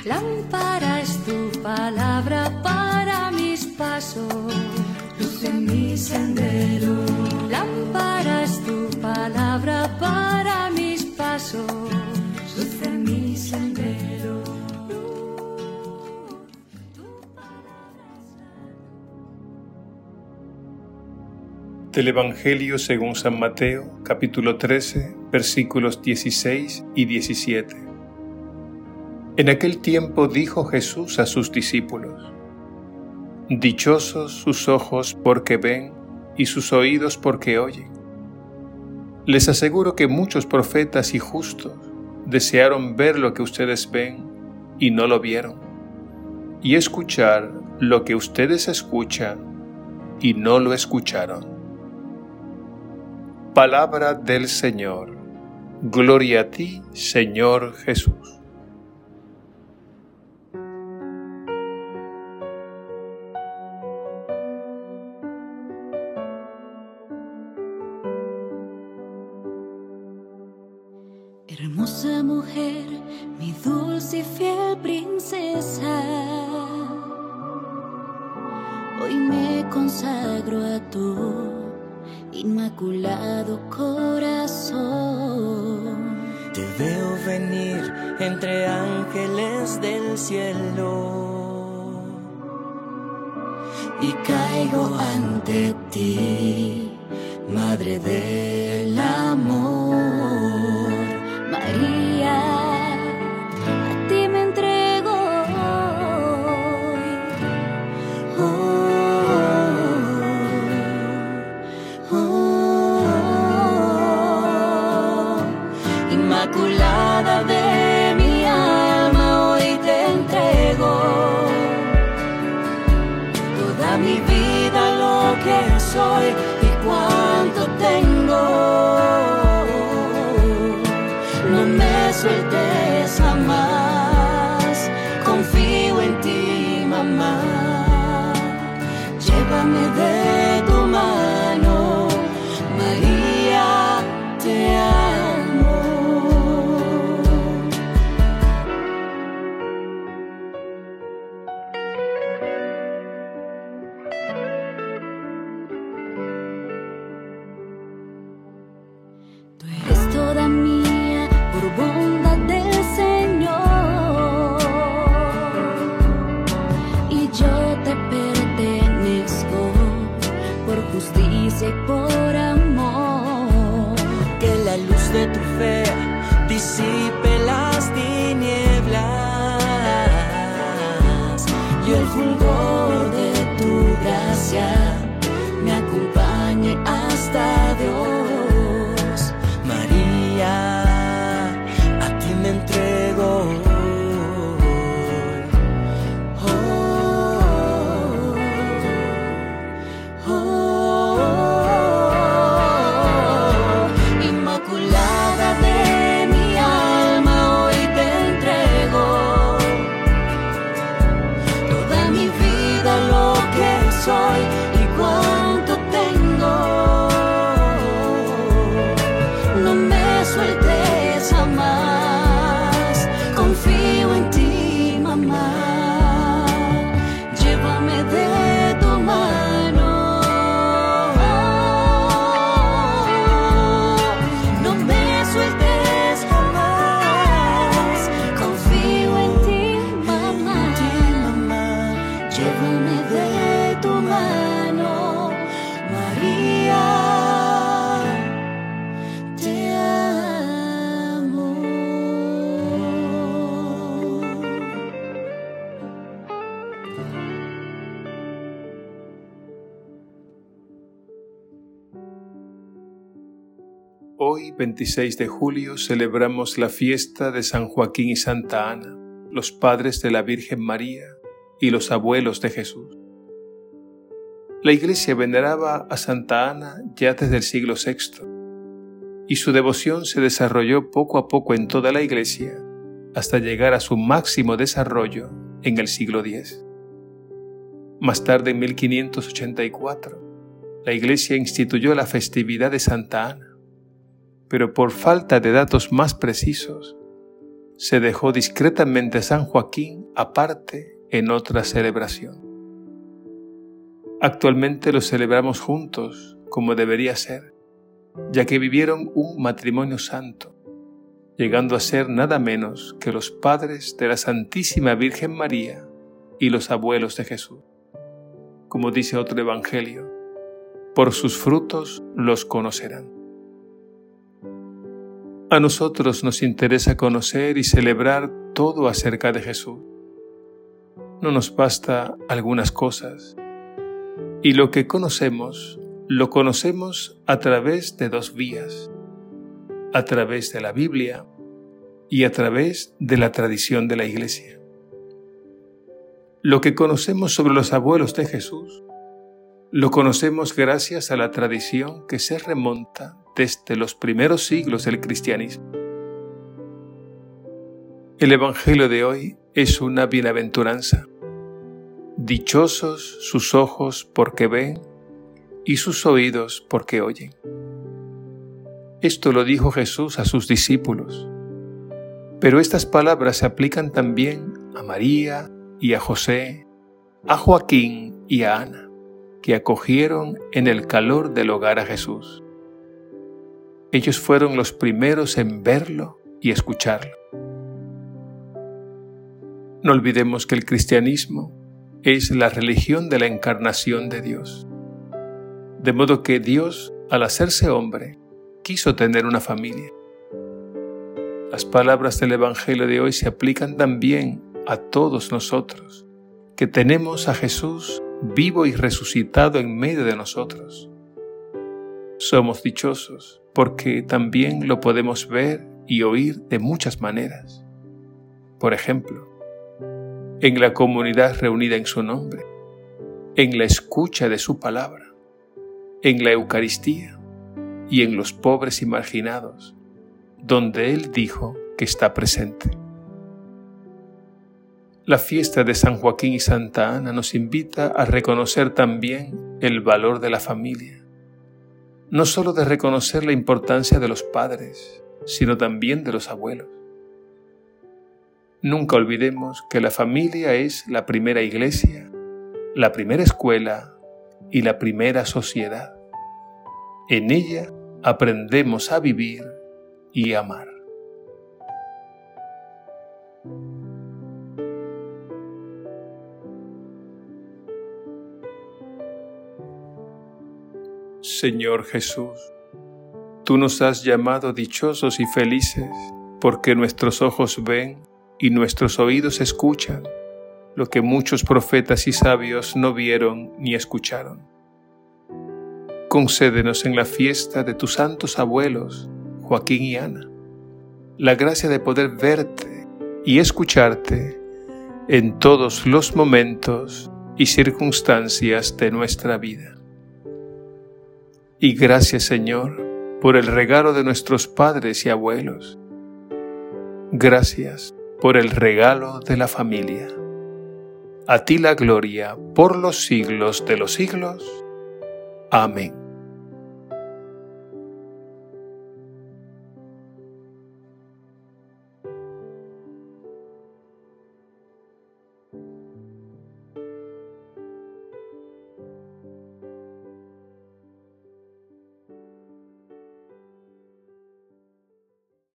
Lámpara es tu palabra para mis pasos, luz en mi sendero. Lámpara es tu palabra para mis pasos, luz en mi sendero. Del Evangelio según San Mateo, capítulo 13, versículos 16 y 17. En aquel tiempo dijo Jesús a sus discípulos: Dichosos sus ojos porque ven y sus oídos porque oyen. Les aseguro que muchos profetas y justos desearon ver lo que ustedes ven y no lo vieron, y escuchar lo que ustedes escuchan y no lo escucharon. Palabra del Señor. Gloria a ti, Señor Jesús. Hermosa mujer, mi dulce y fiel princesa, hoy me consagro a tu inmaculado corazón. Te veo venir entre ángeles del cielo y caigo ante ti, Madre del Amor. María, a ti me entrego hoy. Inmaculada de mi alma, hoy te entrego toda mi vida, lo que soy y cuánto tengo. No me sueltes jamás, confío en ti, mamá. Llévame de tu mano, María, te amo. Tú eres toda mía por bondad del Señor, y yo te pertenezco por justicia y por amor. Que la luz de tu fe disipe las tinieblas Y el fulgor de tu gracia me acompañe hasta Dios. María, a ti me entrego Inmaculada de mi alma, hoy te entrego toda mi vida, lo que soy y cuánto tengo. No me sueltes jamás, confío en ti, mamá. Llévame de tu mano. No me sueltes jamás, confío en ti, mamá. Llévame de tu mano, María, te amo. Hoy, 26 de julio, celebramos la fiesta de San Joaquín y Santa Ana, los padres de la Virgen María y los abuelos de Jesús. La Iglesia veneraba a Santa Ana ya desde el siglo VI, y su devoción se desarrolló poco a poco en toda la Iglesia hasta llegar a su máximo desarrollo en el siglo X. Más tarde, en 1584, la Iglesia instituyó la festividad de Santa Ana, pero por falta de datos más precisos, se dejó discretamente a San Joaquín aparte en otra celebración. Actualmente lo celebramos juntos, como debería ser, ya que vivieron un matrimonio santo, llegando a ser nada menos que los padres de la Santísima Virgen María y los abuelos de Jesús. Como dice otro evangelio, por sus frutos los conocerán. A nosotros nos interesa conocer y celebrar todo acerca de Jesús. No nos basta algunas cosas, y lo que conocemos, lo conocemos a través de dos vías, a través de la Biblia y a través de la tradición de la Iglesia. Lo que conocemos sobre los abuelos de Jesús, lo conocemos gracias a la tradición que se remonta desde los primeros siglos del cristianismo. El Evangelio de hoy es una bienaventuranza. Dichosos sus ojos porque ven y sus oídos porque oyen. Esto lo dijo Jesús a sus discípulos. Pero estas palabras se aplican también a María y a José, a Joaquín y a Ana, que acogieron en el calor del hogar a Jesús. Ellos fueron los primeros en verlo y escucharlo. No olvidemos que el cristianismo es la religión de la encarnación de Dios. De modo que Dios, al hacerse hombre, quiso tener una familia. Las palabras del Evangelio de hoy se aplican también a todos nosotros, que tenemos a Jesús vivo y resucitado en medio de nosotros. Somos dichosos porque también lo podemos ver y oír de muchas maneras. Por ejemplo, en la comunidad reunida en su nombre, en la escucha de su palabra, en la Eucaristía y en los pobres y marginados, donde Él dijo que está presente. La fiesta de San Joaquín y Santa Ana nos invita a reconocer también el valor de la familia, no solo de reconocer la importancia de los padres, sino también de los abuelos. Nunca olvidemos que la familia es la primera iglesia, la primera escuela y la primera sociedad. En ella aprendemos a vivir y amar. Señor Jesús, tú nos has llamado dichosos y felices porque nuestros ojos ven y nuestros oídos escuchan lo que muchos profetas y sabios no vieron ni escucharon. Concédenos en la fiesta de tus santos abuelos, Joaquín y Ana, la gracia de poder verte y escucharte en todos los momentos y circunstancias de nuestra vida. Y gracias, Señor, por el regalo de nuestros padres y abuelos. Gracias por el regalo de la familia. A ti la gloria por los siglos de los siglos. Amén.